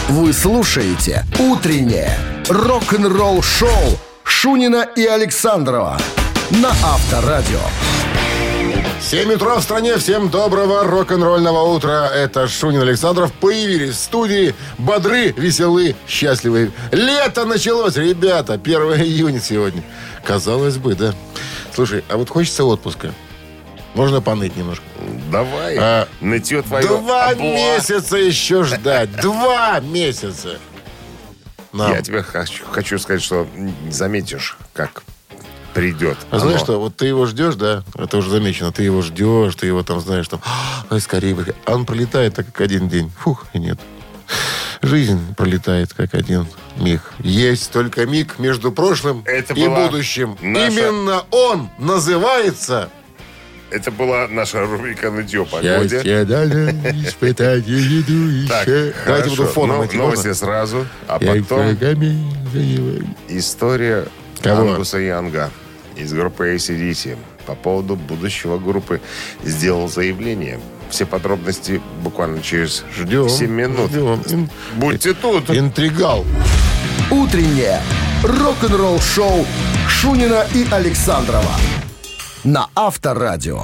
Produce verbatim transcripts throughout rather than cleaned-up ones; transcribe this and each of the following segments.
Вы слушаете «Утреннее рок-н-ролл-шоу» Шунина и Александрова на Авторадио. семь утра в стране. Всем доброго рок-н-ролльного утра. Это Шунин, Александров. Появились в студии. Бодры, веселы, счастливы. Лето началось, ребята. первое июня сегодня. Казалось бы, да. Слушай, а вот хочется отпуска. Можно поныть немножко? Давай. А, Нытье твое. Два обла. месяца еще ждать. Два месяца. Нам. Я тебе хочу, хочу сказать, что заметишь, как придет. А знаешь что, вот ты его ждешь, да, это уже замечено, ты его ждешь, ты его там, знаешь, там, ой, скорее бы. А он пролетает так, как один день. Фух, и нет. Жизнь пролетает, как один миг. Есть только миг между прошлым Это и была будущим. наша- Именно он называется... Это была наша рубрика «Нытье погоде». Счастье дали, испытать иду Так, еще. Давайте буду хорошо. фоном Но- идти, новости можно? сразу, а Я потом шагами за него. история Кого? Ангуса Янга из группы эй си/ди си по поводу будущего группы сделал заявление. Все подробности буквально через Ждем, семь минут. ждем. Ин- Будьте тут. Интригал. «Утреннее рок-н-ролл-шоу» Шунина и Александрова на Авторадио.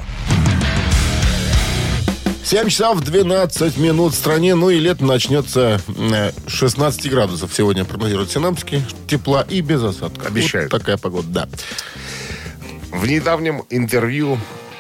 семь часов двенадцать минут в стране. Ну и лето начнется э, шестнадцать градусов. Сегодня прогнозируют синаптики. Тепла и без осадков. Обещают. Вот такая погода, да. В недавнем интервью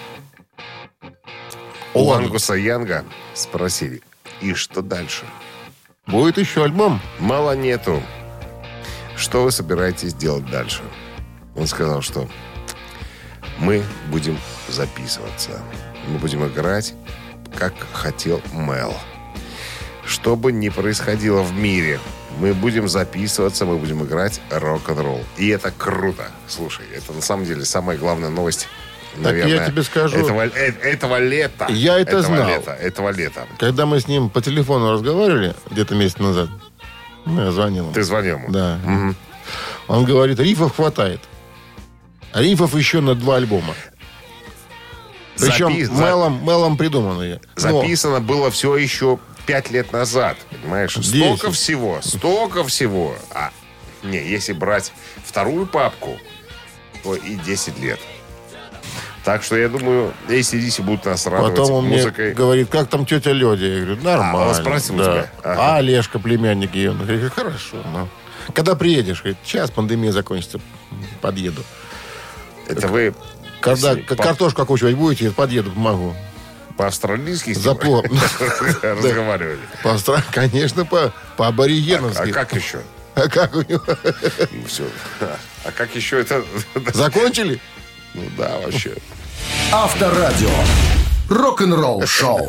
у Ладно. Ангуса Янга спросили, и что дальше? Будет еще альбом. Мало нету. Что вы собираетесь делать дальше? Он сказал, что мы будем записываться. Мы будем играть, как хотел Мел. Что бы ни происходило в мире, мы будем записываться, мы будем играть рок-н-ролл. И это круто. Слушай, это на самом деле самая главная новость, наверное, я тебе скажу. Этого, э- этого лета. Я это этого знал. Лета, этого лета. Когда мы с ним по телефону разговаривали, где-то месяц назад, ну, я звонил ему. Ты звонил ему? Да. Мгм. Он говорит, рифов хватает. Рифов еще на два альбома. Причем Запи- за- Мелом, Мелом придуманные. Но Записано было все еще пять лет назад, понимаешь? Десять. Столько всего, столько всего. А, не, если брать вторую папку, то и десять лет. Так что я думаю, эй си/ди си будут нас радовать Потом он мне музыкой. говорит, как там тетя Лёдя? Я говорю, нормально. А, он спросил да. тебя? Ага. А Олежка, племянник ее? Он говорит, хорошо. Ну. Когда приедешь? Говорит, сейчас пандемия закончится, подъеду. Это вы Когда если к- по- картошку окучивать будете, подъеду, помогу. по-австралийски с ним Запло- разговаривали? По Авсtra- Конечно, по, по А аборигеновски. как еще? А как у него? Ну, все. А как еще это? Закончили? Ну да, вообще. Авторадио. Рок-н-ролл-шоу.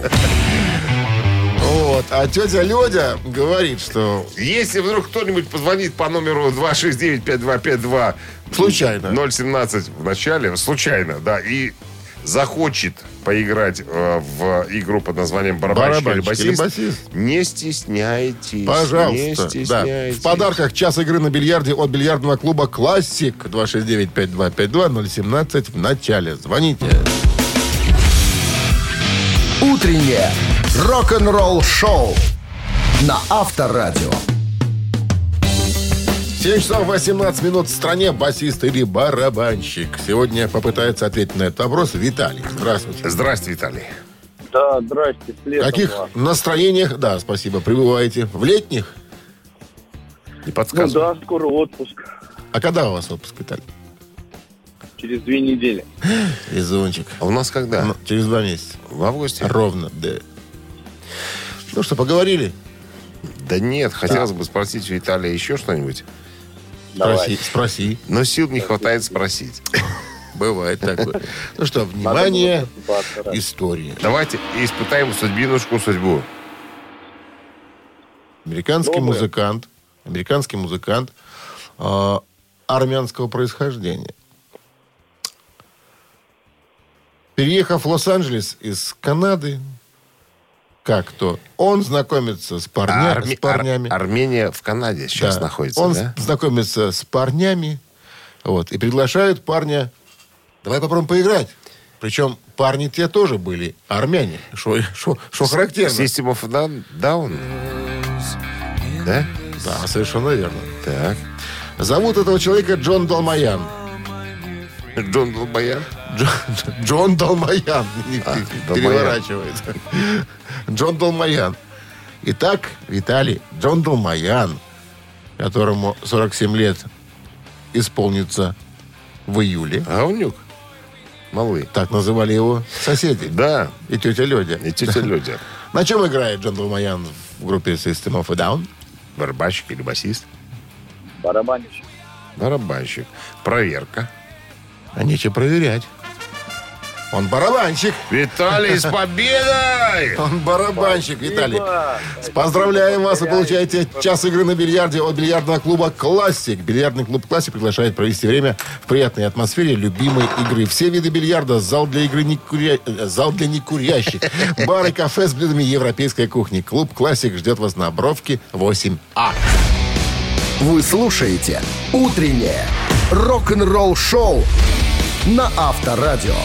Вот. А тетя Лёдя говорит, что Если вдруг кто-нибудь позвонит по номеру два шесть девять пять два пять два случайно. ноль семнадцать в начале, случайно, да, и захочет поиграть э, в игру под названием «Барабанщик, или Барабанщик или басист», басист. не стесняйтесь. Не Пожалуйста. Да. стесняйтесь. В подарках час игры на бильярде от бильярдного клуба «Классик». два шесть девять пять два пять два ноль семнадцать в начале. Звоните. «Утреннее рок-н-ролл-шоу» на Авторадио. семь часов восемнадцать минут в стране. Басист или барабанщик. Сегодня попытается ответить на этот вопрос Виталий. Здравствуйте. Здрасте, Виталий. Да, здрасте, с В летом каких вас. настроениях, да, спасибо, пребываете? В летних? Не Ну подсказывай. да, скоро отпуск. А когда у вас отпуск, Виталий? Через две недели. Резончик. А у нас когда? Ну, через два месяца. В августе? Ровно, да. Ну что, поговорили? Да нет, хотелось бы спросить у Виталия еще что-нибудь. Давай. Спроси, спроси. Но сил не хватает спросить. Бывает такое. Ну что, внимание, Надо было просыпаться рано. история. Давайте испытаем судьбинушку судьбу. Американский Доброе. музыкант, американский музыкант э, армянского происхождения. Переехав в Лос-Анджелес из Канады, как то, он знакомится с, парня, Арме- с парнями. Ар- Армения в Канаде сейчас Да. находится, Он да? с- знакомится с парнями, вот, и приглашают парня, давай попробуем поиграть. Причем парни те тоже были армяне, что характерно. System of Down? Down? Да? Да, совершенно верно. Так. Зовут этого человека Джон Далмаян. Джон Долбоян? Джон, Джон Далмаян. Не А, переворачивает. Джон Далмаян. Итак, Виталий, Джон Далмаян, которому сорок семь лет исполнится в июле. Говнюк. Малый. Так называли его соседи. Да. И тетя Лёдя. И тетя Людя. На чем играет Джон Далмаян в группе System of a Down? Барабанщик или басист? Барабанщик. Барабанщик. Проверка. А нечего проверять. Он барабанщик. Виталий, с победой! Он барабанщик, Виталий. Спасибо. Поздравляем вас! Вы получаете час игры на бильярде от бильярдного клуба «Классик». Бильярдный клуб «Классик» приглашает провести время в приятной атмосфере любимой игры. Все виды бильярда, зал для игры не куря... зал для некурящих, бар и кафе с блюдами европейской кухни. Клуб «Классик» ждет вас на Бровке восемь А. Вы слушаете «Утреннее рок-н-ролл-шоу» на Авторадио.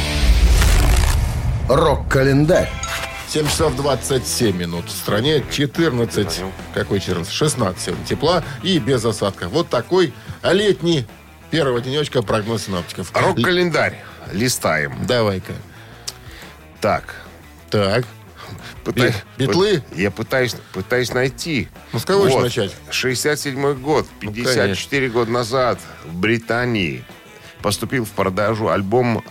Рок-календарь. семь часов двадцать семь минут. В стране четырнадцать, какой четырнадцать? шестнадцать сегодня тепла и без осадков. Вот такой летний первого денечка прогноз синоптиков. Рок-календарь. Листаем. Давай-ка. Так. Так. Пытай- Битлы? пы- Я пытаюсь, пытаюсь найти. Ну, с кого же Вот. начать? шестьдесят седьмой год, пятьдесят четыре года назад в Британии поступил в продажу альбом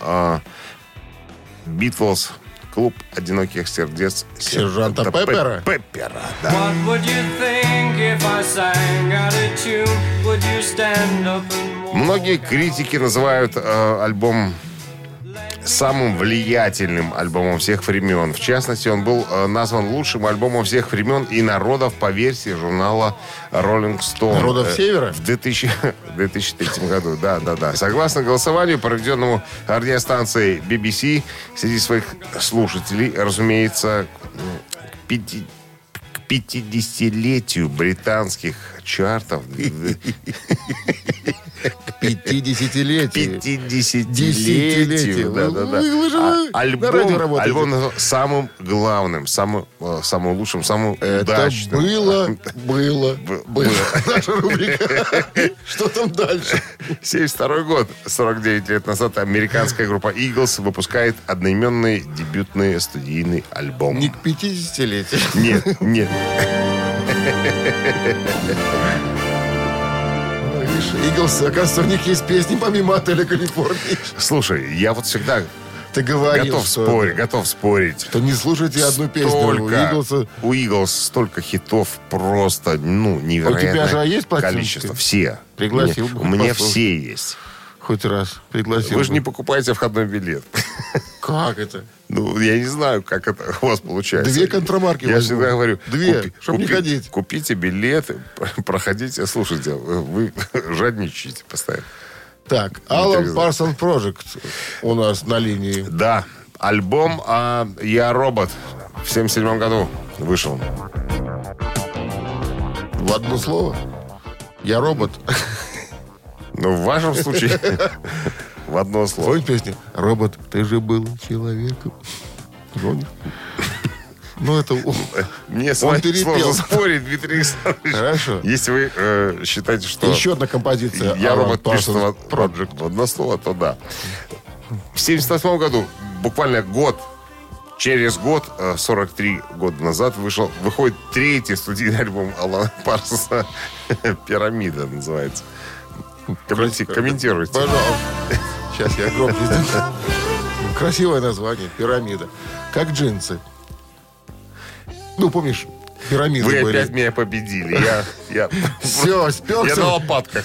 «Битлз», клуб одиноких сердец Сержанта Пеппера? Пеппера, да. What would you think if I sang out of tune? Would you stand up and walk? Многие критики называют э, альбом самым влиятельным альбомом всех времен. В частности, он был э, назван лучшим альбомом всех времен и народов по версии журнала Rolling Stone. Народов Э, Севера? В две тысячи третьем году, да, да, да. Согласно голосованию, проведенному радиостанцией би би си, среди своих слушателей, разумеется, к пяти- к пятидесятилетию британских чартов пятидесятилетие. пятидесятилетию. Десятилетию. Да, да, да. Вы- вы же А- на радио альбом, работаете. альбом назвал самым главным, самым, э, самым лучшим, самым Это удачным. было, было, Б- было. Наша рубрика. Что там дальше? семьдесят второй год, сорок девять лет назад, американская группа Eagles выпускает одноименный дебютный студийный альбом. Не к пятидесятилетию. Нет, нет. Видишь, Иглс, оказывается, у них есть песни помимо отеля Калифорнии. Слушай, я вот всегда Ты говорил, готов что, спорить, готов спорить. что не слушайте одну песню. У Столько, Иглса у Eagles столько хитов просто, ну, невероятное У тебя же есть пластинки? количество. Все. Пригласил Мне- бы У меня послушать. все есть. хоть раз пригласил. Вы же бы. не покупаете входной билет. Как это? Ну, я не знаю, как это у вас получается. Две контрамарки Я возьму. всегда говорю, Две, купи- чтоб не купи- ходить. Купите билеты, проходите, слушайте, вы жадничаете постоянно. Так, Alan телевизор. Parsons Project у нас на линии. Да, альбом а, «Я робот» в семьдесят седьмом году вышел. В одно слово. Я робот. Ну, в вашем случае в одно слово. Помните песню? Робот, ты же был человеком. Помнишь? Ну, это... Мне с Он вами перепел. сложно спорить, Дмитрий Александрович. Хорошо. Если вы э, считаете, что Еще одна композиция. «Я Alan робот» пишет Parsons в, Project. в одно слово, то да. В семьдесят восьмом году, буквально год, через год, э, сорок три года назад, вышел, выходит третий студийный альбом Алана Парсонса «Пирамида» называется. Комменти- комментируйте. Пожалуйста. Сейчас я громко сделаю. Красивое название. Пирамида. Как джинсы. Ну, помнишь, пирамиды Вы были. опять меня победили. Я, я, Все, я сперся. на лопатках.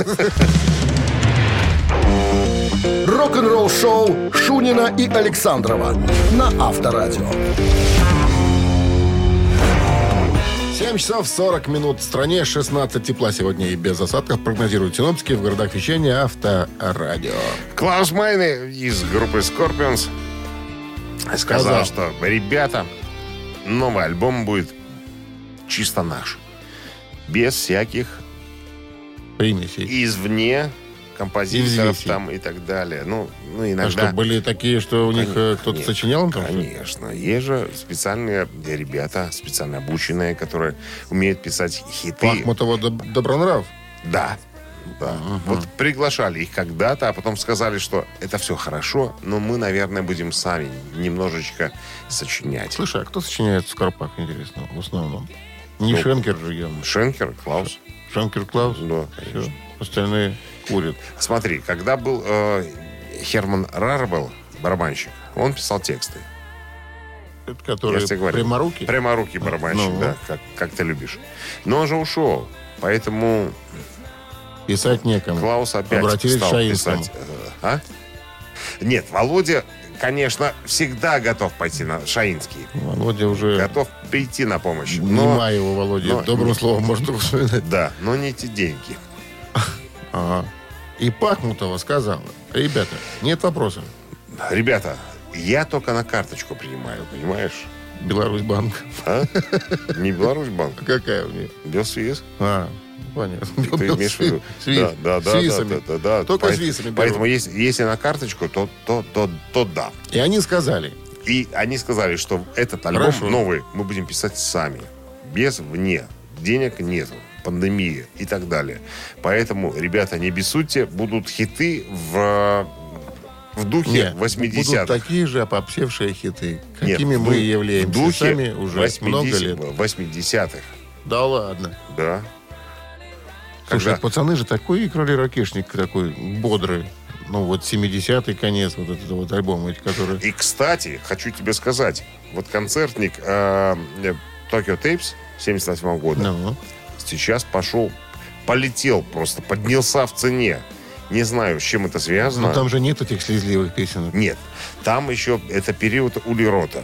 Рок-н-ролл шоу Шунина и Александрова на Авторадио. семь часов сорок минут. В стране шестнадцать тепла сегодня и без осадков. Прогнозируют синоптики в городах вещания Авторадио. Клаус Майне из группы Scorpions сказал, Сказал. что, ребята, новый альбом будет чисто наш. Без всяких Примесей. извне композиторов Известий. там и так далее. Ну, ну А иногда... что, были такие, что у них э, кто-то Нет, сочинял им там? что ли? Конечно. Есть же специальные ребята, специально обученные, которые умеют писать хиты. Пахмутова Доб- Добронрав? Да. Да. Вот приглашали их когда-то, а потом сказали, что это все хорошо, но мы, наверное, будем сами немножечко сочинять. Слушай, а кто сочиняет в Скорпах, интересно, в основном? Не Ну, Шенкер же явно. Шенкер, Клаус. Шенкер, Клаус? Да, Все. конечно. Остальные курят. Смотри, когда был э, Херман Рарбел, барабанщик, он писал тексты. Это Я которые же тебе говорю. пряморуки? Пряморукий барабанщик, Ну. да, как, как ты любишь. Но он же ушел, поэтому Писать некому. Клаус опять Обратились к стал Шаинскому. писать. э, А? Нет, Володя, конечно, всегда готов пойти на Шаинский. Володя уже... Готов прийти на помощь. Нема Но, его, Володя. но- Добрым не- словом можно вспоминать. да, но не те деньги. Ага. И Пахмутова сказала: ребята, нет вопросов. Ребята, я только на карточку принимаю, понимаешь? Беларусьбанк. А? Не Беларусьбанк, Какая у нее? Белсвиз. А, понятно. Ты имеешь в виду? Свиз. Да, да, да, С визами. да, да, да. Только Поэт- с визами беру. Поэтому если, если на карточку, то, то, то, то да. И они сказали: И они сказали, что этот альбом Хорошо. новый мы будем писать сами. Без вне. Денег нету. Пандемия и так далее. Поэтому, ребята, не бессудьте, будут хиты в, в духе нет, будут восьмидесятых. такие же опопсевшие хиты, Нет, какими в мы ду- и являемся в духе сами уже много лет. восьмидесятых. Да ладно. Да. Слушай, Когда- пацаны же такой играли ракешник, такой бодрый. Ну, вот семидесятый конец, вот этот вот альбом, эти, которые... И, кстати, хочу тебе сказать, вот концертник э, Tokyo Tapes семьдесят восьмого года Ну, сейчас пошел, полетел просто, поднялся в цене. Не знаю, с чем это связано. ну, там же нет этих слезливых песен. Нет, там еще это период Ули Рота.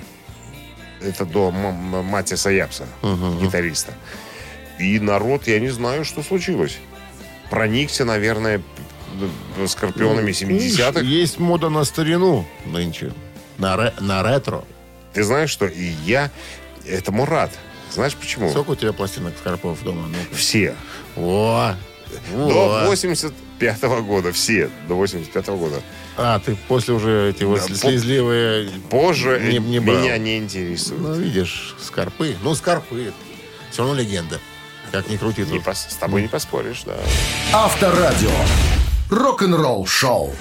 Это до М- М- Матиса Япса, гитариста. И народ, я не знаю, что случилось. Проникся, наверное, п- скорпионами семидесятых. Видишь, есть мода на старину нынче. На, ре- на ретро. Ты знаешь, что и я этому рад. Знаешь почему? Сколько у тебя пластинок Скорпов дома? Ну-ка. Все. О, До о. восемьдесят пятого года. Все. До восемьдесят пятого года. А, ты после уже эти вот Да, по- слезливые... Позже Не- не брал. меня не интересует. Ну, видишь, Скорпы. Ну, Скорпы. Все равно легенда. Как ни крути Не тут. пос- С тобой не поспоришь, да. Авторадио. Рок-н-ролл шоу.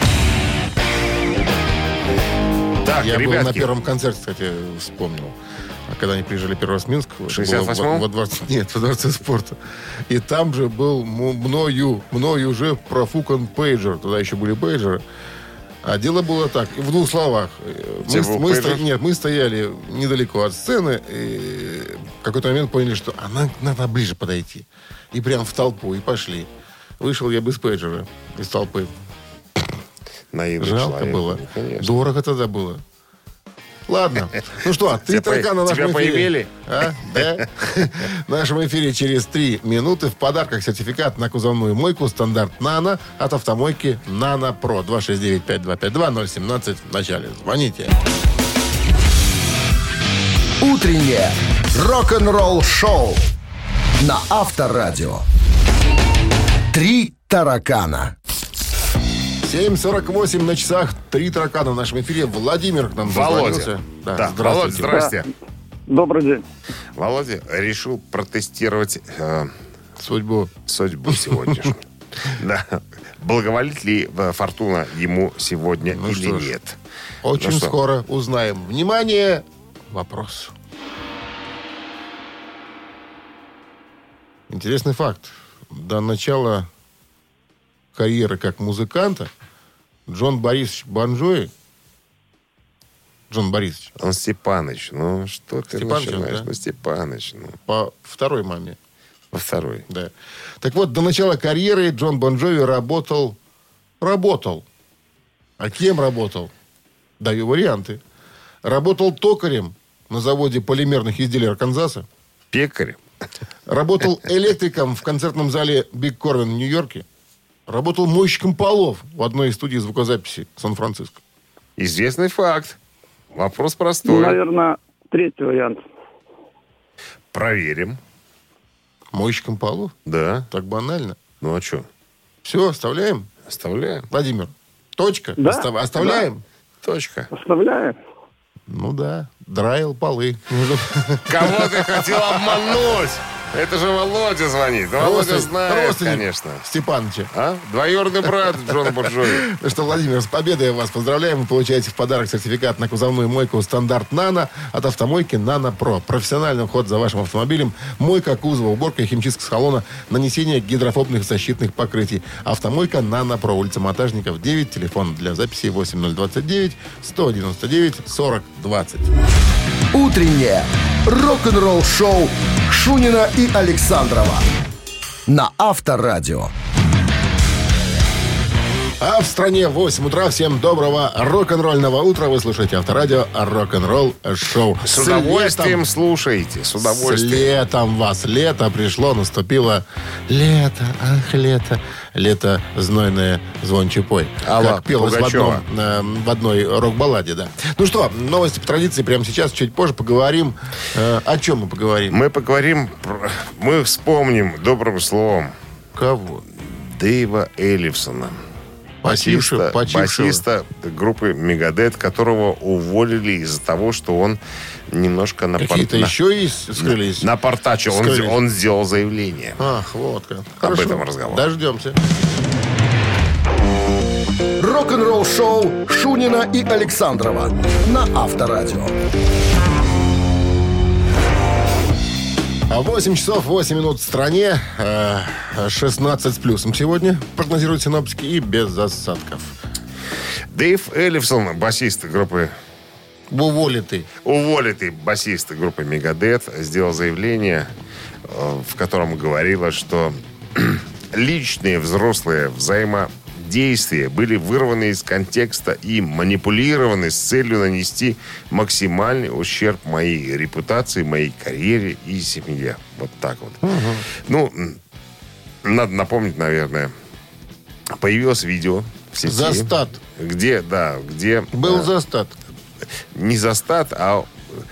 Так, Я был на ребятки, первом концерте, кстати, вспомнил. А когда они приезжали первый раз в Минск, это шестьдесят было восьмом? во, во дворце, нет, во дворце спорта. И там же был м- мною, мною уже профукан пейджер. Тогда еще были пейджеры. А дело было так, в двух словах. Мы, Тебе был мы пейджер? сто- нет, мы стояли недалеко от сцены, и в какой-то момент поняли, что а, на- надо ближе подойти. И прям в толпу, и пошли. Вышел я без пейджера из толпы. наивный Жалко человек. было. Ну, конечно. Дорого тогда было. Ладно. Ну что, три Тебя по- таракана в нашем тебя эфире. поимели? А? Да? В нашем эфире через три минуты в подарках сертификат на кузовную мойку стандарт «Нано» от автомойки «Нано Про». два шесть девять пять два пять два ноль семнадцать в начале. Звоните. Утреннее рок-н-ролл шоу на Авторадио. Три таракана. семь сорок восемь на часах. Три таракана в нашем эфире. Владимир к нам Володя. дозвонился. Да, Володя, здрасте. Добрый день. Володя решил протестировать э, Судьбу. судьбу сегодняшнюю. Да. Благоволит ли э, фортуна ему сегодня Ну или что ж. нет? Очень Ну что? скоро узнаем. Внимание! Вопрос. Интересный факт. До начала карьеры как музыканта Джон Борисович Бон Джови, Джон Борисович, Он Степаныч, ну что ты Степаныч он, начинаешь? да? Ну, Степаныч, ну, по второй маме. во второй. Да. Так вот, до начала карьеры Джон Бон Джови работал... Работал. А кем работал? Даю варианты. Работал токарем на заводе полимерных изделий Арканзаса. Пекарь. Работал электриком в концертном зале Биг Корвин в Нью-Йорке. Работал мойщиком полов в одной из студий звукозаписи Сан-Франциско. Известный факт. Вопрос простой. Наверное, третий вариант. Проверим. Мойщиком полов? Да. Так банально. Ну а что? Все, оставляем? Оставляем. Владимир, точка? Да, Остав- Оставляем? Точка. Оставляем. Ну да, драил полы. Кого ты хотел обмануть? Это же Володя звонит. Володя знает, Родственник конечно. Степаныча. А? Двоюродный брат Джона Борджови. Ну что, Владимир, с победой вас поздравляем. Вы получаете в подарок сертификат на кузовную мойку «Стандарт Нано» от автомойки «Нано Про». Профессиональный уход за вашим автомобилем, мойка кузова, уборка и химчистка салона, нанесение гидрофобных защитных покрытий. Автомойка «Нано Про». Улица Монтажников, девять. Телефон для записи восемь ноль двадцать девять сто девяносто девять сорок двадцать. Утреннее рок-н-ролл-шоу Шунина и Александрова на Авторадио. А в стране восемь утра. Всем доброго рок-н-ролльного утра. Вы слушаете Авторадио рок-н-ролл шоу. С удовольствием слушайте. С удовольствием. С летом вас. Лето пришло, наступило лето. Ах, лето. Лето знойное, звонче пой. Алла Как пелось в, Пугачева. одном, э, в одной рок-балладе, да. Ну что, новости по традиции прямо сейчас, чуть позже поговорим. Э, о чем мы поговорим? Мы поговорим, про- мы вспомним добрым словом Кого? Дэйва Эллифсона. Почившего, Басиста, почившего. басиста группы Мегадет, которого уволили из-за того, что он немножко напор- Какие-то на- еще есть скрылись? напортачил. Он, Скрылись. он сделал заявление. Ах, вот как. Об Хорошо. этом разговор. Дождемся. Рок-н-ролл-шоу Шунина и Александрова на Авторадио. А восемь часов восемь минут в стране, э, шестнадцать с плюсом сегодня, прогнозируют синоптики, и без осадков. Дэйв Эллифсон, басист группы Уволитый. уволитый басист группы Мегадет, сделал заявление, э, в котором говорилось, что личные взрослые взаимодействия были вырваны из контекста и манипулированы с целью нанести максимальный ущерб моей репутации, моей карьере и семье. Вот так вот. Ну, м, надо напомнить, наверное, появилось видео в сети. Застат. Где, да, где... Был э, застат. не застат, а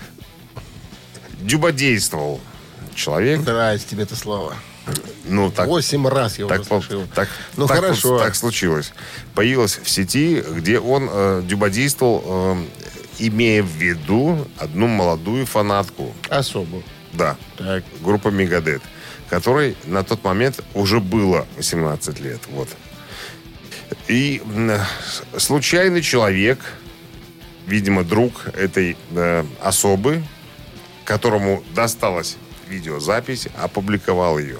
дюбодействовал человек. Нравится тебе это слово. Ну, так, Восемь раз я так, уже вот- слышал. так, Ну, так хорошо. вот- так случилось. Появилось в сети, где он э, дюбодействовал, э, имея в виду одну молодую фанатку. Особо. Да, Так. группа Мегадет, которой на тот момент уже было восемнадцать лет. Вот. И м, случайный человек, видимо, друг этой э, особы, которому досталась видеозапись, опубликовал ее.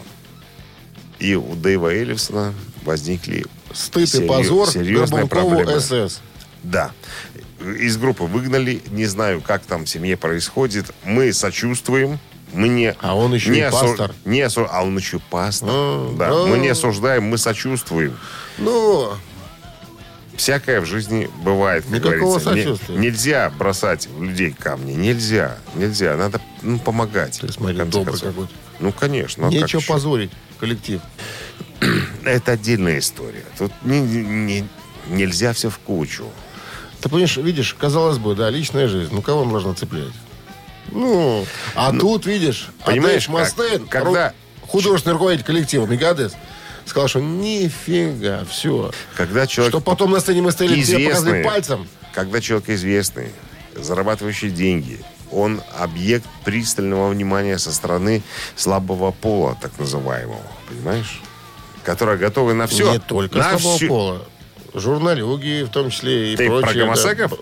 И у Дэйва Эллифсона возникли Стыд и серьё- позор серьезные Горбункову проблемы. СС. Да. Из группы выгнали. Не знаю, как там в семье происходит. Мы сочувствуем. Мы не, А он еще не и осу- пастор. Не осу- а он еще пастор. А, да. а. Мы не осуждаем, мы сочувствуем. Ну, Всякое в жизни бывает, как Никакого говорится. Не- сочувствия. нельзя бросать в людей камни. Нельзя. Нельзя. Надо ну, помогать. ты смотри, в конце добрый концов. какой-то. Ну, конечно. а как Нечего еще? позорить коллектив. Это отдельная история. Тут не- не- нельзя все в кучу. Ты понимаешь, видишь, казалось бы, да, личная жизнь. Ну, кого можно цеплять? Ну, а тут, видишь, понимаешь, Дэйв Мастейн, как- когда- ру- художественный руководитель коллектива Мегадет, сказал, что нифига, все. Когда человек... Что потом на сцене мы стояли все показывали известный, пальцем. когда человек известный, зарабатывающий деньги, он объект пристального внимания со стороны слабого пола, так называемого, понимаешь? Которые готовы на все. Не только на слабого всю- пола. Журналюги, в том числе и Ты прочее. про да. гомосеков?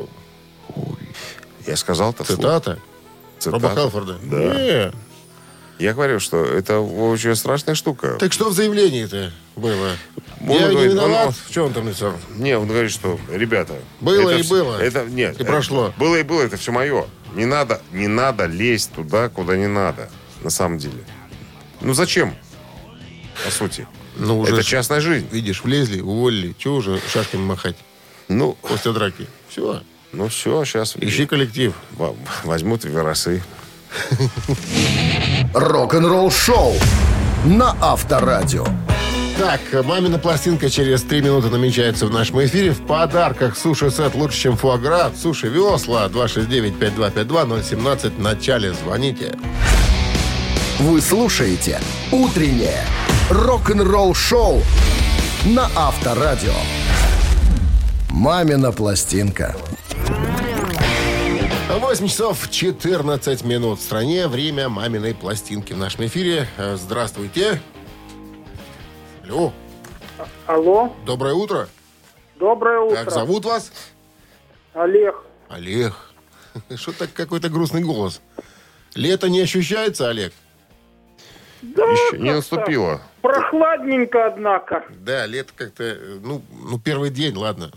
Я сказал-то вслух. Цитата? Цитата. Роба Халфорда? Да. Не. Я говорю, что это очень страшная штука. Так что в заявлении-то было? Он Я не говорит, виноват. он- В чем он там написал? Не, он говорит, что, ребята... Было это и вс- было. Это, нет. И прошло. это- было и было, это все мое. Не надо, не надо лезть туда, куда не надо. На самом деле. Ну зачем? По сути. Ну, уже это ж- частная жизнь. Видишь, влезли, уволили. Чего уже шашками махать Ну, после драки? Все. ну все, сейчас Ищи коллектив. возьмут веросы. Рок-н-ролл-шоу на Авторадио. Так, мамина пластинка через три минуты намечается в нашем эфире. В подарках суши-сет лучше, чем фуагра. Суши-весла. два шесть девять пять два пять два ноль семнадцать. В начале звоните. Вы слушаете «Утреннее рок-н-ролл-шоу» на Авторадио. «Мамина пластинка». восемь часов четырнадцать минут в стране. Время маминой пластинки в нашем эфире. Э, Здравствуйте. Алло. Алло, Доброе утро. доброе утро. Как зовут вас? Олег. Олег. Что так какой-то грустный голос? Лето не ощущается, Олег? Да, Еще не как-то наступило. Прохладненько, однако. Да, лето как-то... э, Ну, ну, первый день, ладно.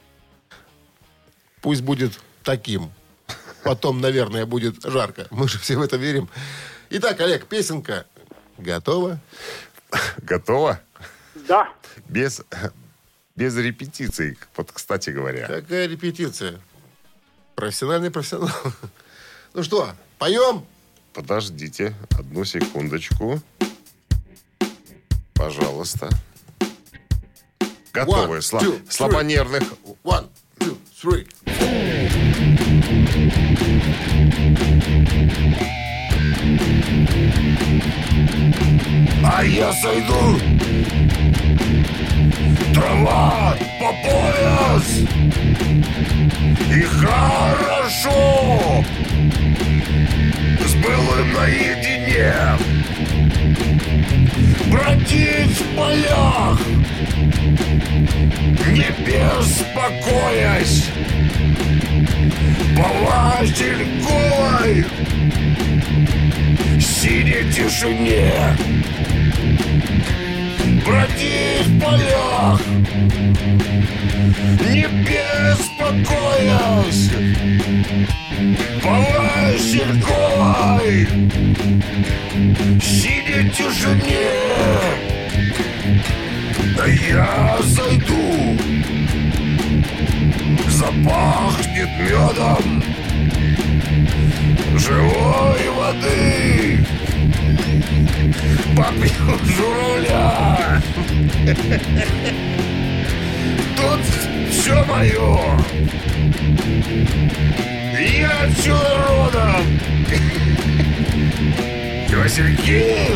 Пусть будет таким. Потом, наверное, будет жарко. Мы же все в это верим. Итак, Олег, песенка готова? Готово? Да. Без, без репетиций, вот, кстати говоря. Какая репетиция? Профессиональный профессионал. Ну что, поем? Подождите одну секундочку. Пожалуйста. Готовы. One, Сла- two, three. слабонервных. One, two, three. А я сойду. Трава по пояс. И хорошо. С былым наедине. Бродить в полях. Не беспокоясь. По васильковой синей тишине. Бродить в полях, не беспокоясь. По васильковой синей тишине. Я зайду. Запахнет медом живой воды. Попью журавля. Тут все мое. Я отсюда родом. И васильки,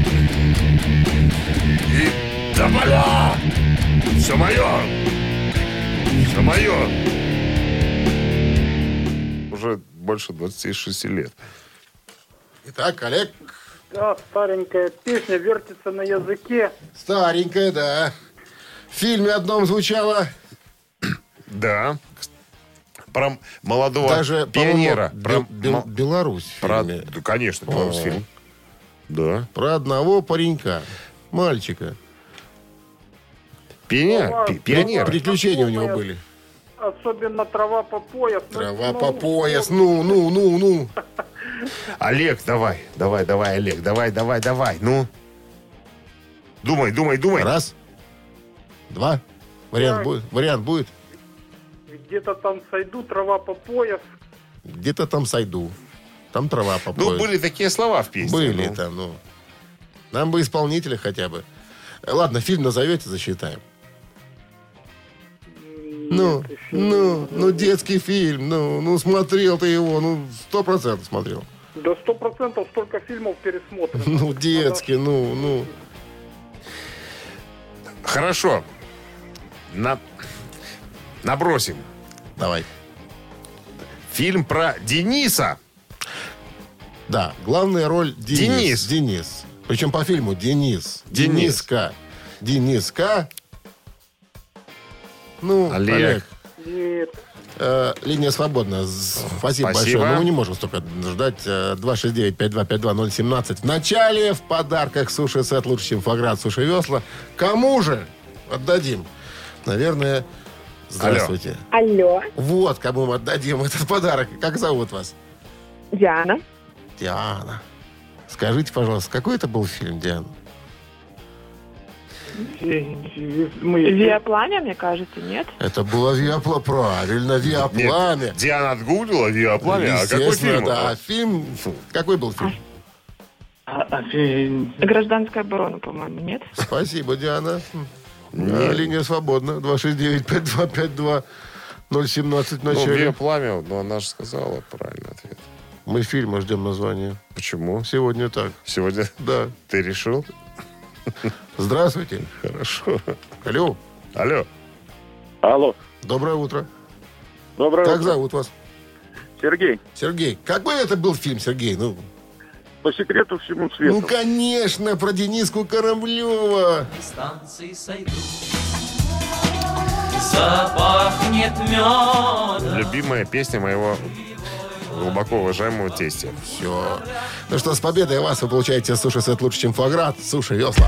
и тополя. Все мое. Все мое. Уже больше двадцати шести лет. Итак, Олег, Да, старенькая песня вертится на языке. старенькая, да. В фильме одном звучало. Да. Про молодого Даже, пионера. по-моему, Про, Бел- Бел- мо- Беларусь в про- фильме. да, конечно, белорусский О. фильм. Да. Про одного паренька, мальчика. Пионер. Трава- пи- пионер. Приключения у него Знакомая. были. Особенно трава по пояс. Ну, Трава ну, по пояс. Ну, ну, ну, ну. Олег, давай, давай, давай, Олег, давай, давай, давай, ну. Думай, думай, думай. Раз. Два. Вариант Так. будет? Вариант будет? Где-то там сойду, трава по пояс. Где-то там сойду. Там трава по Ну, пояс. были такие слова в песне. Были ну. там, ну. Нам бы исполнителя хотя бы. Э, Ладно, фильм назовете, засчитаем. Ну, Нет, фильм ну, ну, детский фильм. Ну, ну, смотрел ты его, ну, сто процентов смотрел. Да сто процентов столько фильмов пересмотрено. Ну, детский, ну, ну. Хорошо. На... Набросим. Давай. Фильм про Дениса. Да, главная роль Денис. Денис. Денис. Причем по фильму Денис. Денис. Дениска. Дениска. Ну, Олег. Олег. Нет. Э, линия свободна. З- Спасибо, Спасибо. большое. Но мы не можем столько ждать. Э, два шесть девять пять два пять два ноль семнадцать. В начале в подарках суши-сет лучше, чем фуаград суши-весла. Кому же отдадим? Наверное, здравствуйте. Алло, Вот кому мы отдадим этот подарок. Как зовут вас? Диана. Диана. Скажите, пожалуйста, какой это был фильм, Диана? Мы... Виапламя, мне кажется, нет? Это было Виапла, правильно, Виапламя. Нет, Диана отгуглила Виапламя. А какой Естественно, фильм? да. Фильм... Какой был фильм? А, а, фи- Гражданская оборона, по-моему, нет? Спасибо, Диана. Нет. А, линия свободна. два шесть девять пять два пять два ноль семнадцать в Ну, начале. Виапламя, ну, она же сказала правильный ответ. Мы фильма ждем название. Почему? Сегодня так. Сегодня Да. ты решил? Здравствуйте. Хорошо. Алло. Алло. Алло. Доброе утро. Доброе Как утро. зовут вас? Сергей. Сергей. Какой это был фильм, Сергей? Ну, По секрету всему свету. ну конечно, про Дениску Кораблева. Станции сойду. Запахнет медом. Любимая песня моего глубоко уважаемого тестя. Все. Ну что, с победой вас вы получаете суши-сет лучше, чем фуаград. Суши-весла.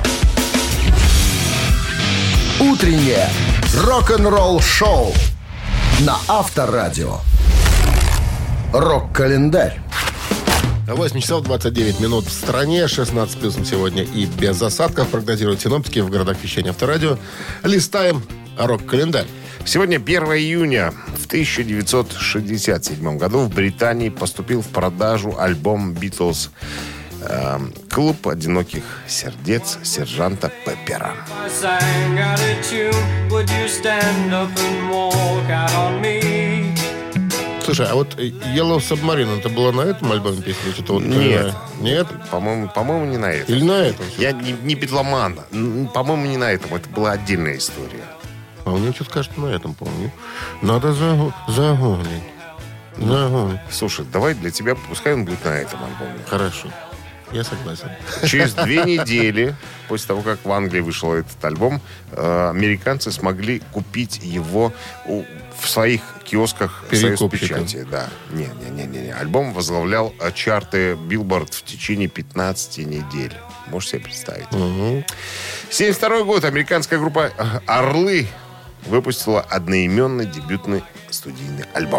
Утреннее рок-н-ролл-шоу на Авторадио. Рок-календарь. восемь часов двадцать девять минут в стране, шестнадцать плюсом сегодня и без осадков, прогнозируют синоптики в городах вещания Авторадио. Листаем рок-календарь. Сегодня первое июня. В тысяча девятьсот шестьдесят седьмом году в Британии поступил в продажу альбом «Битлз» э, «Клуб одиноких сердец» сержанта Пеппера. I sang out a tune. Would you stand up and walk out on me? Слушай, а вот Yellow Submarine, это было на этом альбоме песня? Или что-то вот, Нет. э, Нет? По-моему, по-моему, не на этом. Или на этом? Я не, не битломан. М, По-моему, не на этом. Это была отдельная история. А мне что-то кажется, на этом, помню. Надо загу- загуглить. Загуглить. Слушай, давай для тебя, пускай он будет на этом альбоме. Хорошо. Я согласен. Через две недели после того, как в Англии вышел этот альбом, э, американцы смогли купить его у- в своих киосках Перекупщиков. союзпечати. Да. Не, не, не, не, не. Альбом возглавлял э, чарты Billboard в течение пятнадцати недель. Можешь себе представить. Угу. семьдесят второй год. Американская группа э, «Орлы» выпустила одноименный дебютный студийный альбом.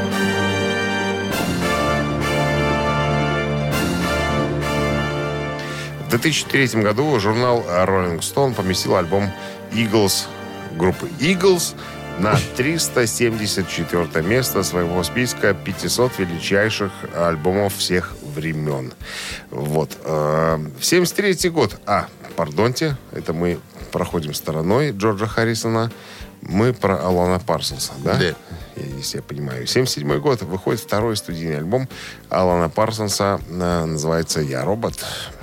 В две тысячи третьем году журнал Rolling Stone поместил альбом Eagles группы Eagles на триста семьдесят четвёртое место своего списка пятисот величайших альбомов всех времен. Вот. Э, семьдесят третий год. А, пардонте, это мы проходим стороной Джорджа Харрисона. Мы про Алана Парсонса, да? Да. Я- Если я понимаю. семьдесят седьмой год. Выходит второй студийный альбом Алана Парсонса. э, Называется «Я робот».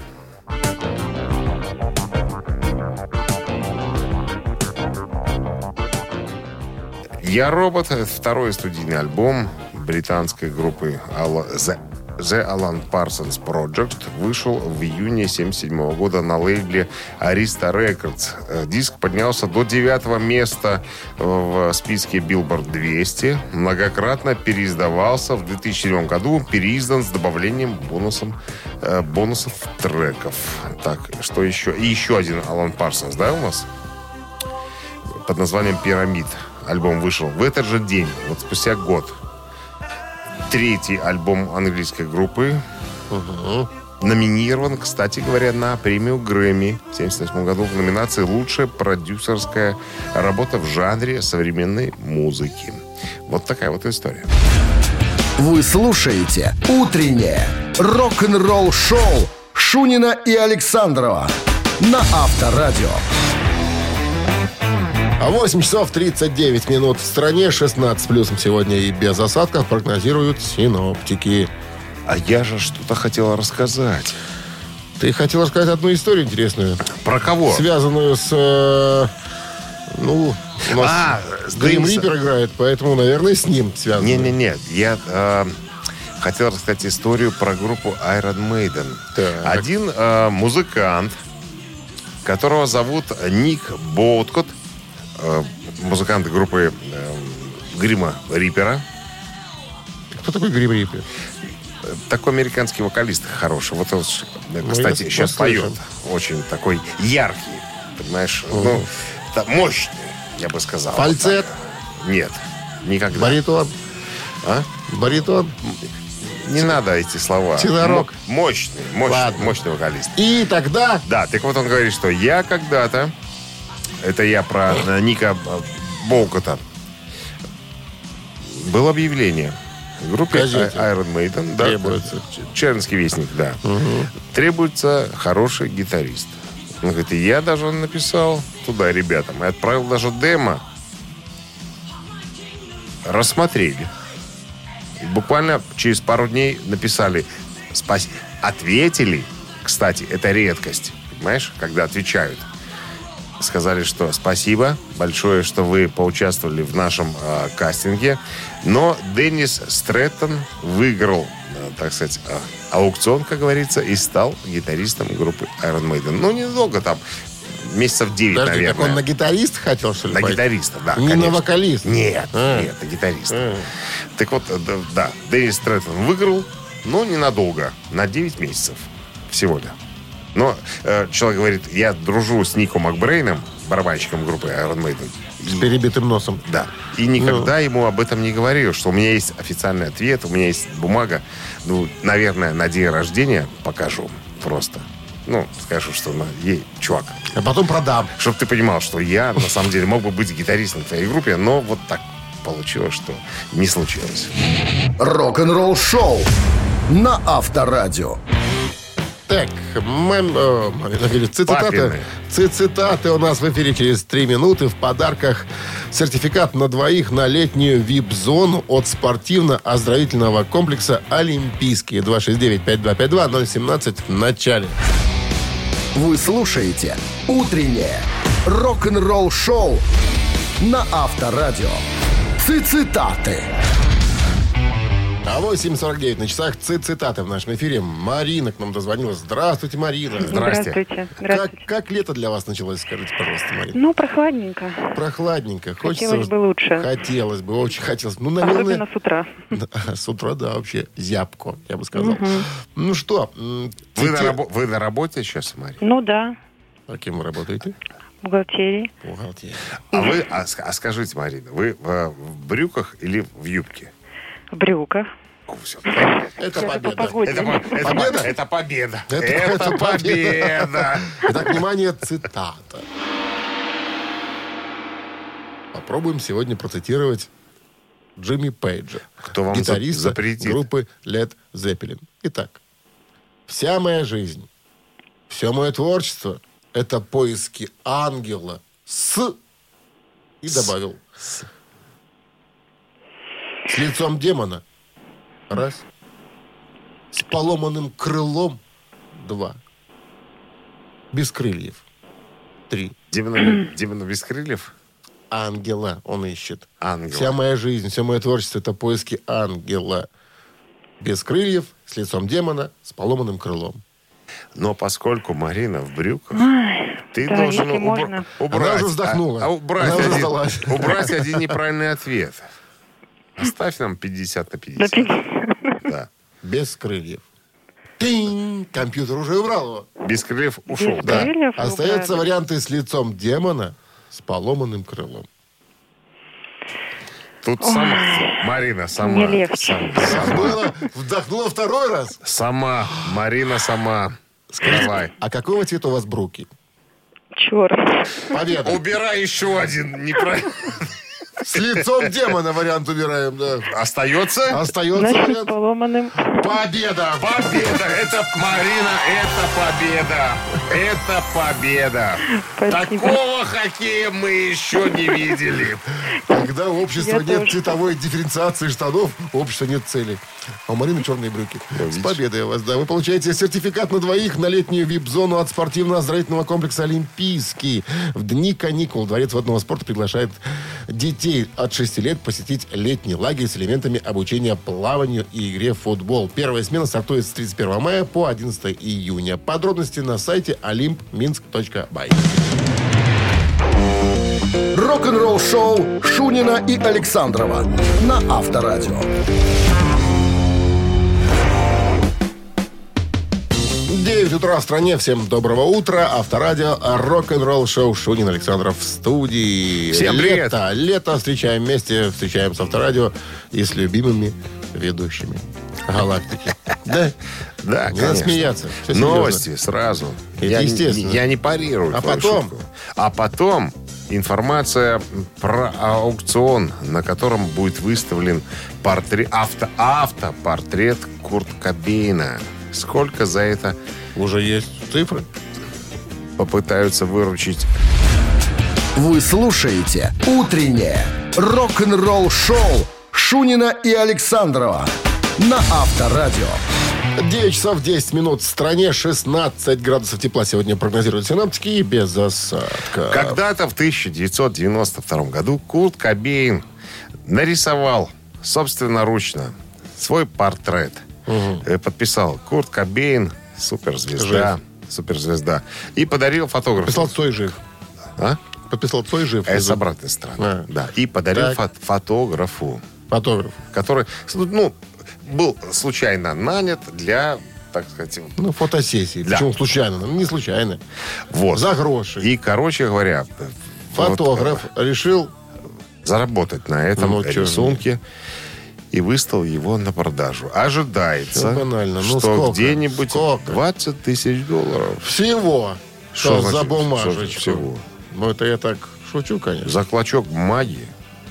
«Я робот» — это второй студийный альбом британской группы Ala- The, The Alan Parsons Project. Вышел в июне семьдесят седьмого года на лейбле Arista Records. Э, Диск поднялся до девятого места в списке Billboard двести. Многократно переиздавался. В две тысячи седьмом году переиздан с добавлением бонусом, э, бонусов треков. Так, что еще? И еще один Alan Parsons, да, у нас? Под названием «Пирамид». Альбом вышел в этот же день, вот спустя год. Третий альбом английской группы. Номинирован, кстати говоря, на премию Грэмми в семьдесят восьмом году в номинации «Лучшая продюсерская работа в жанре современной музыки». Вот такая вот история. Вы слушаете «Утреннее рок-н-ролл-шоу» Шунина и Александрова на Авторадио. А восемь часов тридцать девять минут в стране, шестнадцать плюсом сегодня и без осадков прогнозируют синоптики. А я же что-то хотела рассказать. Ты хотел рассказать одну историю интересную, Про кого? связанную с... э, ну, у нас А, с Грим Грим- Риппер играет, поэтому, наверное, с ним связано. Не-не-не, я э, хотел рассказать историю про группу Iron Maiden. Так. Один э, музыкант, которого зовут Ник Боуткот, э, музыкант группы э, Грима Риппера. Кто такой Грим Риппер? Такой американский вокалист хороший. Вот он, э, кстати, я сейчас послушаю. поет. Очень такой яркий, понимаешь, ну, та- мощный, я бы сказал. Фальцет? Так. Нет, никогда. Баритон? А? Баритон? Не надо эти слова. Тенорок. М- мощный, мощный, Ладно. мощный вокалист. И тогда... Да, так вот он говорит, что я когда-то, это я про э, Ника э, Боукота, было объявление в группе Газете. I- Iron Maiden, да, Требуется. Ч- Чернский вестник, да. Требуется хороший гитарист. Он говорит, и я даже написал туда ребятам и отправил даже демо. Рассмотрели. И буквально через пару дней написали спасибо. Ответили, кстати, это редкость. понимаешь, когда отвечают. Сказали, что спасибо большое, что вы поучаствовали в нашем э, кастинге. Но Деннис Стрэттон выиграл, э, так сказать, э, аукцион, как говорится, и стал гитаристом группы Iron Maiden. Ну, недолго там, месяцев девять, Подожди, наверное. так он на гитариста хотел, что ли? На пойти? гитариста, да. Не конечно. на вокалиста? Нет, А. нет, на гитариста. А. Так вот, да, да, Деннис Стрэттон выиграл, но ненадолго, на девять месяцев всего-то. Но э, человек говорит, я дружу с Нико Макбрейном, барабанщиком группы Iron Maiden. С перебитым носом. Да. И никогда ну. ему об этом не говорил, что у меня есть официальный ответ, у меня есть бумага. Ну, наверное, на день рождения покажу просто. Ну, скажу, что на, ей, чувак. А потом продам. Чтобы ты понимал, что я, на самом деле, мог бы быть гитаристом в твоей группе, но вот так получилось, что не случилось. Рок-н-ролл шоу на Авторадио. Так, мэм, о, Марина говорит, цитаты, Папины. цитаты у нас в эфире через три минуты. В подарках сертификат на двоих на летнюю вип-зону от спортивно-оздоровительного комплекса «Олимпийский». два шесть девять пять два пять два ноль семнадцать в начале. Вы слушаете «Утреннее рок-н-ролл шоу» на Авторадио. Цитаты. А восемь сорок девять на часах цитаты в нашем эфире. Марина к нам дозвонилась. Здравствуйте, Марина. Здрасте. Здравствуйте. Как, Здравствуйте. как лето для вас началось, скажите, пожалуйста, Марина? Ну, прохладненько. Прохладненько. Хочется, Хотелось бы лучше. Хотелось бы, очень хотелось. Ну, наверное... Особенно с утра. Да, с утра, да, вообще зябко, я бы сказал. Угу. Ну что, м, Вы, на, цити- рабо- вы на работе сейчас, Мария? Ну да, А кем вы работаете? в бухгалтерии. Бухгалтерия. А вы, а, ск- а скажите, Марина, вы в, в брюках или в юбке? В брюках. О, всё. Это Это по победа. погоде. Это, по- это, Победа? по- это победа. Это- Это, это победа. Итак, внимание, цитата. Попробуем сегодня процитировать Джимми Пейджа, Кто вам гитариста запретит? группы Led Zeppelin. Итак, вся моя жизнь, все мое творчество — это поиски ангела с... И добавил. С, с лицом демона. Раз. С поломанным крылом. Два. Без крыльев. Три. Демона, демона без крыльев? Ангела он ищет. Ангела. Вся моя жизнь, все мое творчество — это поиски ангела. Без крыльев, с лицом демона, с поломанным крылом. Но поскольку Марина в брюках, Ай, ты да, должен если убр- можно. убрать, Она уже вздохнула. а- а убрать, Она уже один, сдалась. убрать один неправильный ответ. Оставь нам пятьдесят на На пятьдесят. пи- Да. Без крыльев. Тинь! Компьютер уже убрал его. Без крыльев ушел. Без Да. крыльев Остаются убрали. варианты с лицом демона, с поломанным крылом. Тут сама, Марина сама. Мне легче. сам- сама, Вдохнула, вдохнула второй раз. сама. Марина сама. Давай. А какого цвета у вас бруки? Черт. Победа. Убирай еще один. Неправильно. С лицом демона вариант убираем, да. Остается? Остается Значит, вариант. поломанным. Победа. Победа! Это, Марина, это победа! Это победа! Спасибо. Такого хоккея мы еще не видели. Когда у общества Я нет тоже. цветовой дифференциации штанов, у общества нет цели. А у Марины черные брюки. С победой вас, да. Вы получаете сертификат на двоих на летнюю вип-зону от спортивно-оздоровительного комплекса «Олимпийский». В дни каникул Дворец водного спорта приглашает детей от шести лет посетить летний лагерь с элементами обучения плаванию и игре в футбол. Первая смена стартует с тридцать первого мая по одиннадцатого июня. Подробности на сайте олимп минск точка бай. Рок-н-ролл шоу Шунина и Александрова на Авторадио. девять утра в стране. Всем доброго утра. Авторадио, рок-н-ролл шоу Шунин Александров в студии. Всем привет. Лето, лето. Встречаем вместе. Встречаем с Авторадио и с любимыми ведущими галактики. Да? Да, Не надо конечно. смеяться. Всё серьезно. Новости сразу. Это я, естественно. Я не парирую. А твою потом? шутку. А потом информация про аукцион, на котором будет выставлен портрет, авто, автопортрет Курт Кобейна. Сколько за это Уже есть цифры? попытаются выручить? Вы слушаете «Утреннее рок-н-ролл шоу» Шунина и Александрова на Авторадио. девять часов десять минут. В стране шестнадцать градусов тепла сегодня прогнозируют синоптики и без осадка. Когда-то в тысяча девятьсот девяносто втором году Курт Кобейн нарисовал собственноручно свой портрет. Угу. Подписал Курт Кобейн, суперзвезда. Жив. Суперзвезда. И подарил фотографу. Подписал Цой жив. А? Подписал Цой жив. Это с обратной стороны. А. Да. И подарил фо- фотографу. Фотографу. Который, ну, был случайно нанят для, так сказать... Ну, фотосессии. Да. Почему случайно? Ну, не случайно. Вот. За гроши. И, короче говоря... Фотограф вот, решил... заработать на этом ну, рисунке. И выставил его на продажу. Ожидается, банально. Ну, что сколько? где-нибудь сколько? двадцать тысяч долларов. Всего? Что, что за бумажечку? Что всего? Ну, это я так шучу, конечно. За клочок бумаги,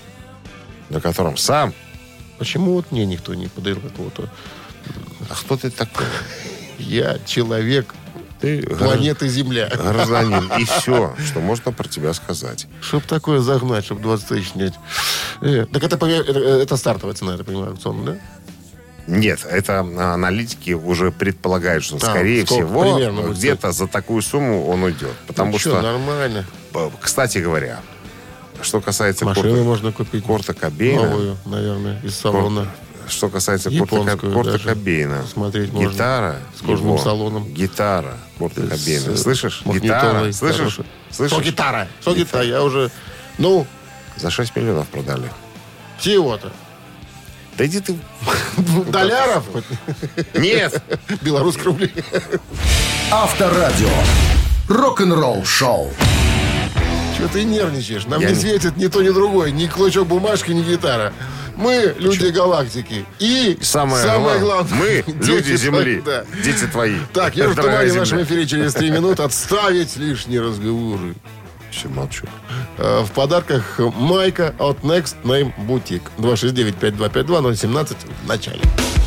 на котором сам... Почему вот мне никто не подарил какого-то... А кто ты такой? Я человек... Ты планеты гражд... Земля. Гражданин. И все, что можно про тебя сказать. Чтоб такое загнать, чтобы двадцать тысяч снять. Э, так это, это, это стартовая цена, я понимаю, аукционная, да? Нет, это аналитики уже предполагают, что, а, скорее всего, где-то за такую сумму он уйдет. Потому ну, что, что... нормально. Кстати говоря, что касается машину Курта, можно купить. Курта Кобейна. Новую, наверное, из салона. Что касается Курта, Курта Кобейна. Смотреть гитара. С кожаным его, салоном. Гитара Курта Кобейна. С, Слышишь? Гитара. Слышишь? Слышишь? Что гитара? Что гитара? Я уже... Ну... За шесть миллионов продали. Всего-то. Да иди ты... Доляров? Нет. Белорусских рублей. Авторадио. Рок-н-ролл шоу. Чего ты нервничаешь? Нам не светит ни то, ни другое. Ни клочок бумажки, ни гитара. Мы люди галактики. И самое, самое главное, главное, мы люди Земли. Да. Дети твои. Так, я же в тумане в нашем эфире через три минуты. Отставить лишние разговоры. Все, молчу. В подарках майка от Next Name Boutique. два шесть девять пять два пять два ноль семнадцать в начале.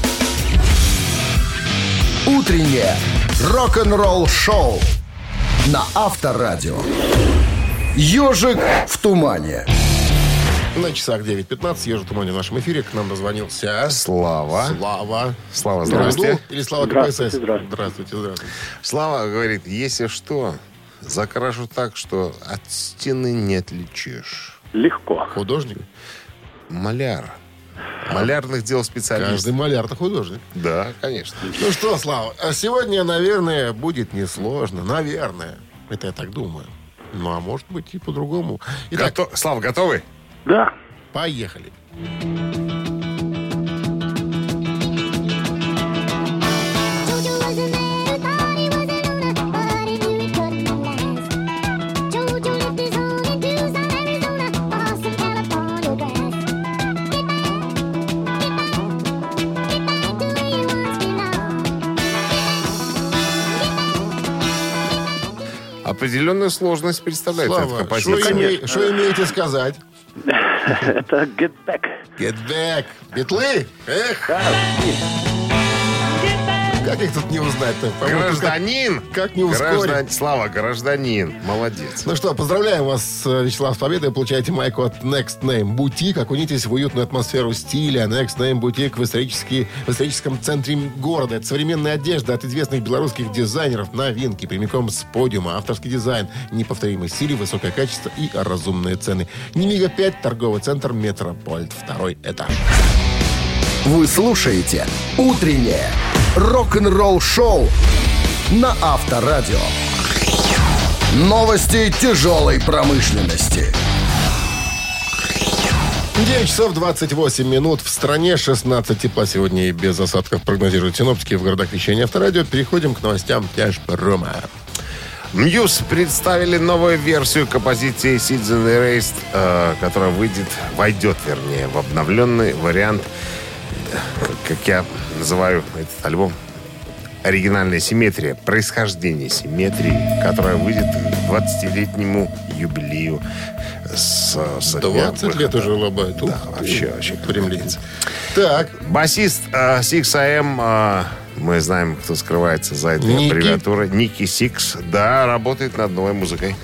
Утреннее рок-н-ролл шоу на Авторадио. «Ежик в тумане». На часах девять пятнадцать. «Ежик в тумане» в нашем эфире. К нам дозвонился Слава. Слава. Слава, здравствуйте. Или Слава КПСС. Здравствуйте. Здравствуйте, здравствуйте. Слава говорит, если что, закрашу так, что от стены не отличишь. Легко. Художник? Маляр. Малярных дел специалист. Каждый маляр-то художник. Да, конечно. Ну что, Слава, сегодня, наверное, будет несложно. Наверное. Это я так думаю. Ну, а может быть и по-другому. Итак, Гото... Слава, готовы? Да. Поехали. Определенную сложность представляет эта Слава, композиция. что име... что имеете сказать? Это Get Back. Get Back. Битлы? Эх. Как их тут не узнать-то? По-моему, Гражданин! Как, как не ускорить? Граждан... Слава, гражданин. Молодец. Ну что, поздравляем вас, Вячеслав, с победой. Получаете майку от Next Name Boutique. Окунитесь в уютную атмосферу стиля. Next Name Boutique в, исторический, в историческом центре города. Это современная одежда от известных белорусских дизайнеров. Новинки прямиком с подиума. Авторский дизайн, неповторимый стиль, высокое качество и разумные цены. Немига пять, торговый центр Метрополит. Второй этаж. Вы слушаете «Утреннее рок-н-ролл-шоу» на Авторадио. Новости тяжелой промышленности. девять часов двадцать восемь минут. В стране шестнадцать тепла сегодня и без осадков прогнозируют синоптики в городах вещания Авторадио. Переходим к новостям тяжпрома. Мьюз представили новую версию композиции Season Erased, э, которая выйдет, войдет, вернее, в обновленный вариант, как я называю этот альбом, оригинальная симметрия, происхождение симметрии, которая выйдет к двадцатилетнему юбилею с, с двадцать лет уже лобает. Да, вообще, вообще. Примлинец. Так. Басист э, Six эй эм, э, мы знаем, кто скрывается за этой Ники. аббревиатурой. Ники Сикс, да, работает над новой музыкой.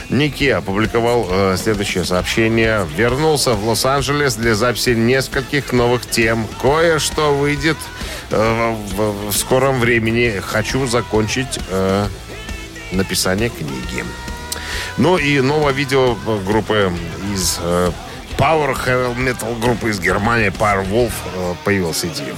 Ники опубликовал э, следующее сообщение. Вернулся в Лос-Анджелес для записи нескольких новых тем. Кое-что выйдет э, в, в скором времени. Хочу закончить э, написание книги. Ну и новое видео группы из э, Power Heavy Metal группы из Германии Powerwolf э, появился идея.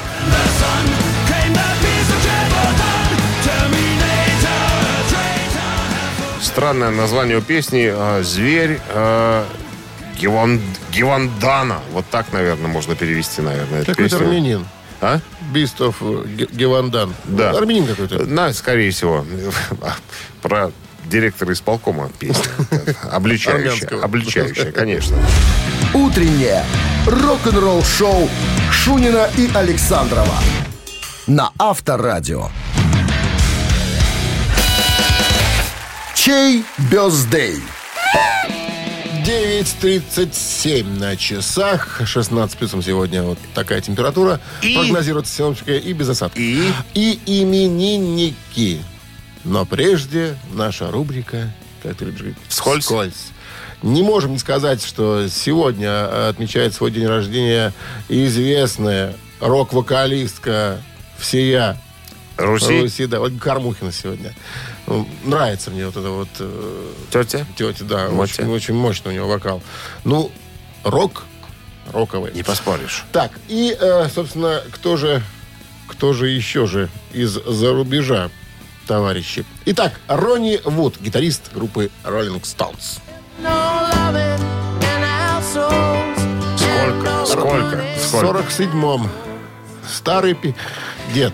Странное название у песни э, «Зверь э, Геван, Гевандана». Вот так, наверное, можно перевести, наверное, эту Какой-то песню. армянин. А? Бистов Гевандан. Да. Армянин какой-то. На, скорее всего. Про директора исполкома песня. Обличающая. Армянского. Обличающая, конечно. Утреннее рок-н-ролл-шоу Шунина и Александрова на Авторадио. Чей бёздей? девять тридцать семь на часах. шестнадцать плюсом сегодня вот такая температура. И? Прогнозируется синоптика и без осадков. И? И именинники. Но прежде наша рубрика, как ты любишь говорить, Вскользь. Вскользь. Не можем не сказать, что сегодня отмечает свой день рождения известная рок-вокалистка всея Руси? Руси, да, вот Кормухина сегодня. Ну, нравится мне вот это вот... э, Тетя? Тетя, да, Мотя. очень, очень мощный у него вокал. Ну, рок, роковый. Не поспоришь. Так, и, э, собственно, кто же, кто же еще же из-за рубежа, товарищи? Итак, Ронни Вуд, гитарист группы Rolling Stones. Сколько? Сколько? В Сколько? сорок седьмом. Старый пи... дед.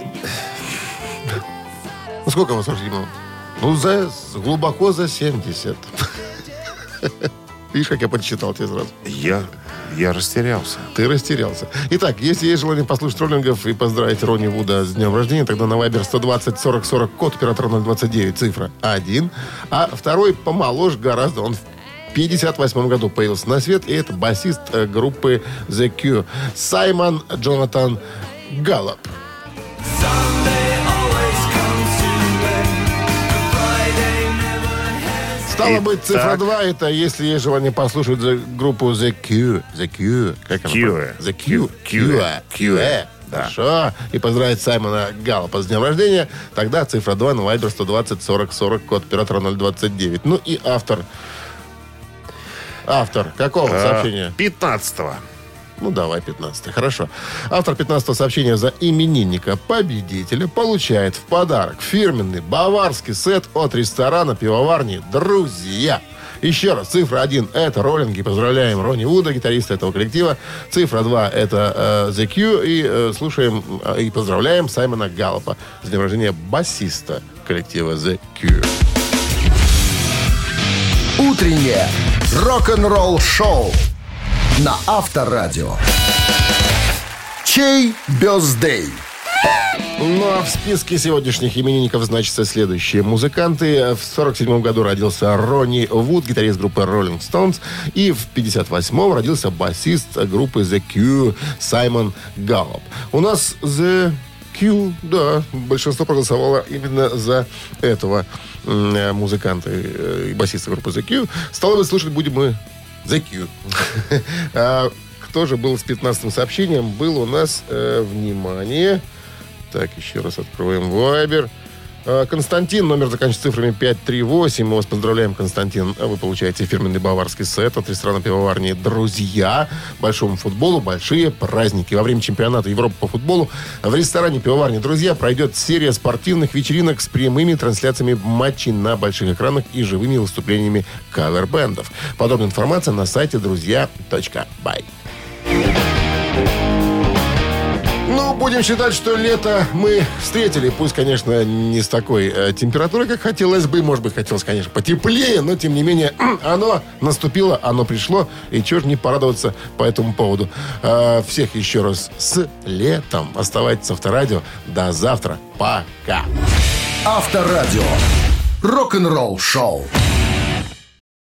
Ну, сколько ему в сорок седьмом? Ну, за, глубоко за семьдесят. Видишь, как я подсчитал тебе сразу. Я, я растерялся. Ты растерялся. Итак, если есть желание послушать роллингов и поздравить Ронни Вуда с днем рождения, тогда на Viber сто двадцать сорок сорок, код оператора ноль двадцать девять, цифра один. А второй помоложе гораздо. Он в пятьдесят восьмом году появился на свет, и это басист э, группы The Cure Саймон Джонатан Галлоп. Стало быть, цифра Итак. два, это если есть желание послушать за группу The Cure. The Cure. Как она? Cure. The Cure. Cure. Cure. Да. Хорошо. И поздравить Саймона Галлопа с днем рождения. Тогда цифра два на Viber сто двадцать сорок сорок, код оператора ноль двадцать девять. Ну и автор. Автор какого сообщения? пятнадцатого. Ну, давай, пятнадцатое. Хорошо. Автор пятнадцатого сообщения за именинника победителя получает в подарок фирменный баварский сет от ресторана пивоварни «Друзья». Еще раз, цифра один – это роллинги. Поздравляем Ронни Вуда, гитариста этого коллектива. Цифра два – это э, The Cure. И э, слушаем э, и поздравляем Саймона Галлопа с днем рождения басиста коллектива The Cure. Утреннее рок-н-ролл-шоу на Авторадио. Чей бёздей? Ну, а в списке сегодняшних именинников значатся следующие музыканты. В сорок седьмом году родился Ронни Вуд, гитарист группы Rolling Stones. И в пятьдесят восьмом родился басист группы The Cure Саймон Галлоп. У нас The Cure, да, большинство проголосовало именно за этого м, музыканта и басиста группы The Cure. Стало быть, слушать будем мы The Cure. А кто же был с пятнадцатым сообщением? Был у нас, э, внимание... Так, еще раз откроем Viber. Константин, номер заканчивается цифрами пять три восемь. Мы вас поздравляем, Константин. Вы получаете фирменный баварский сет от ресторана пивоварни «Друзья». Большому футболу большие праздники. Во время чемпионата Европы по футболу в ресторане пивоварни «Друзья» пройдет серия спортивных вечеринок с прямыми трансляциями матчей на больших экранах и живыми выступлениями кавер-бендов. Подробная информация на сайте друзья точка бай. Ну, будем считать, что лето мы встретили. Пусть, конечно, не с такой э, температурой, как хотелось бы. Может быть, хотелось, конечно, потеплее. Но, тем не менее, оно наступило, оно пришло. И чего же не порадоваться по этому поводу. Э, всех еще раз с летом. Оставайтесь с Авторадио. До завтра. Пока. Авторадио. Рок-н-ролл шоу.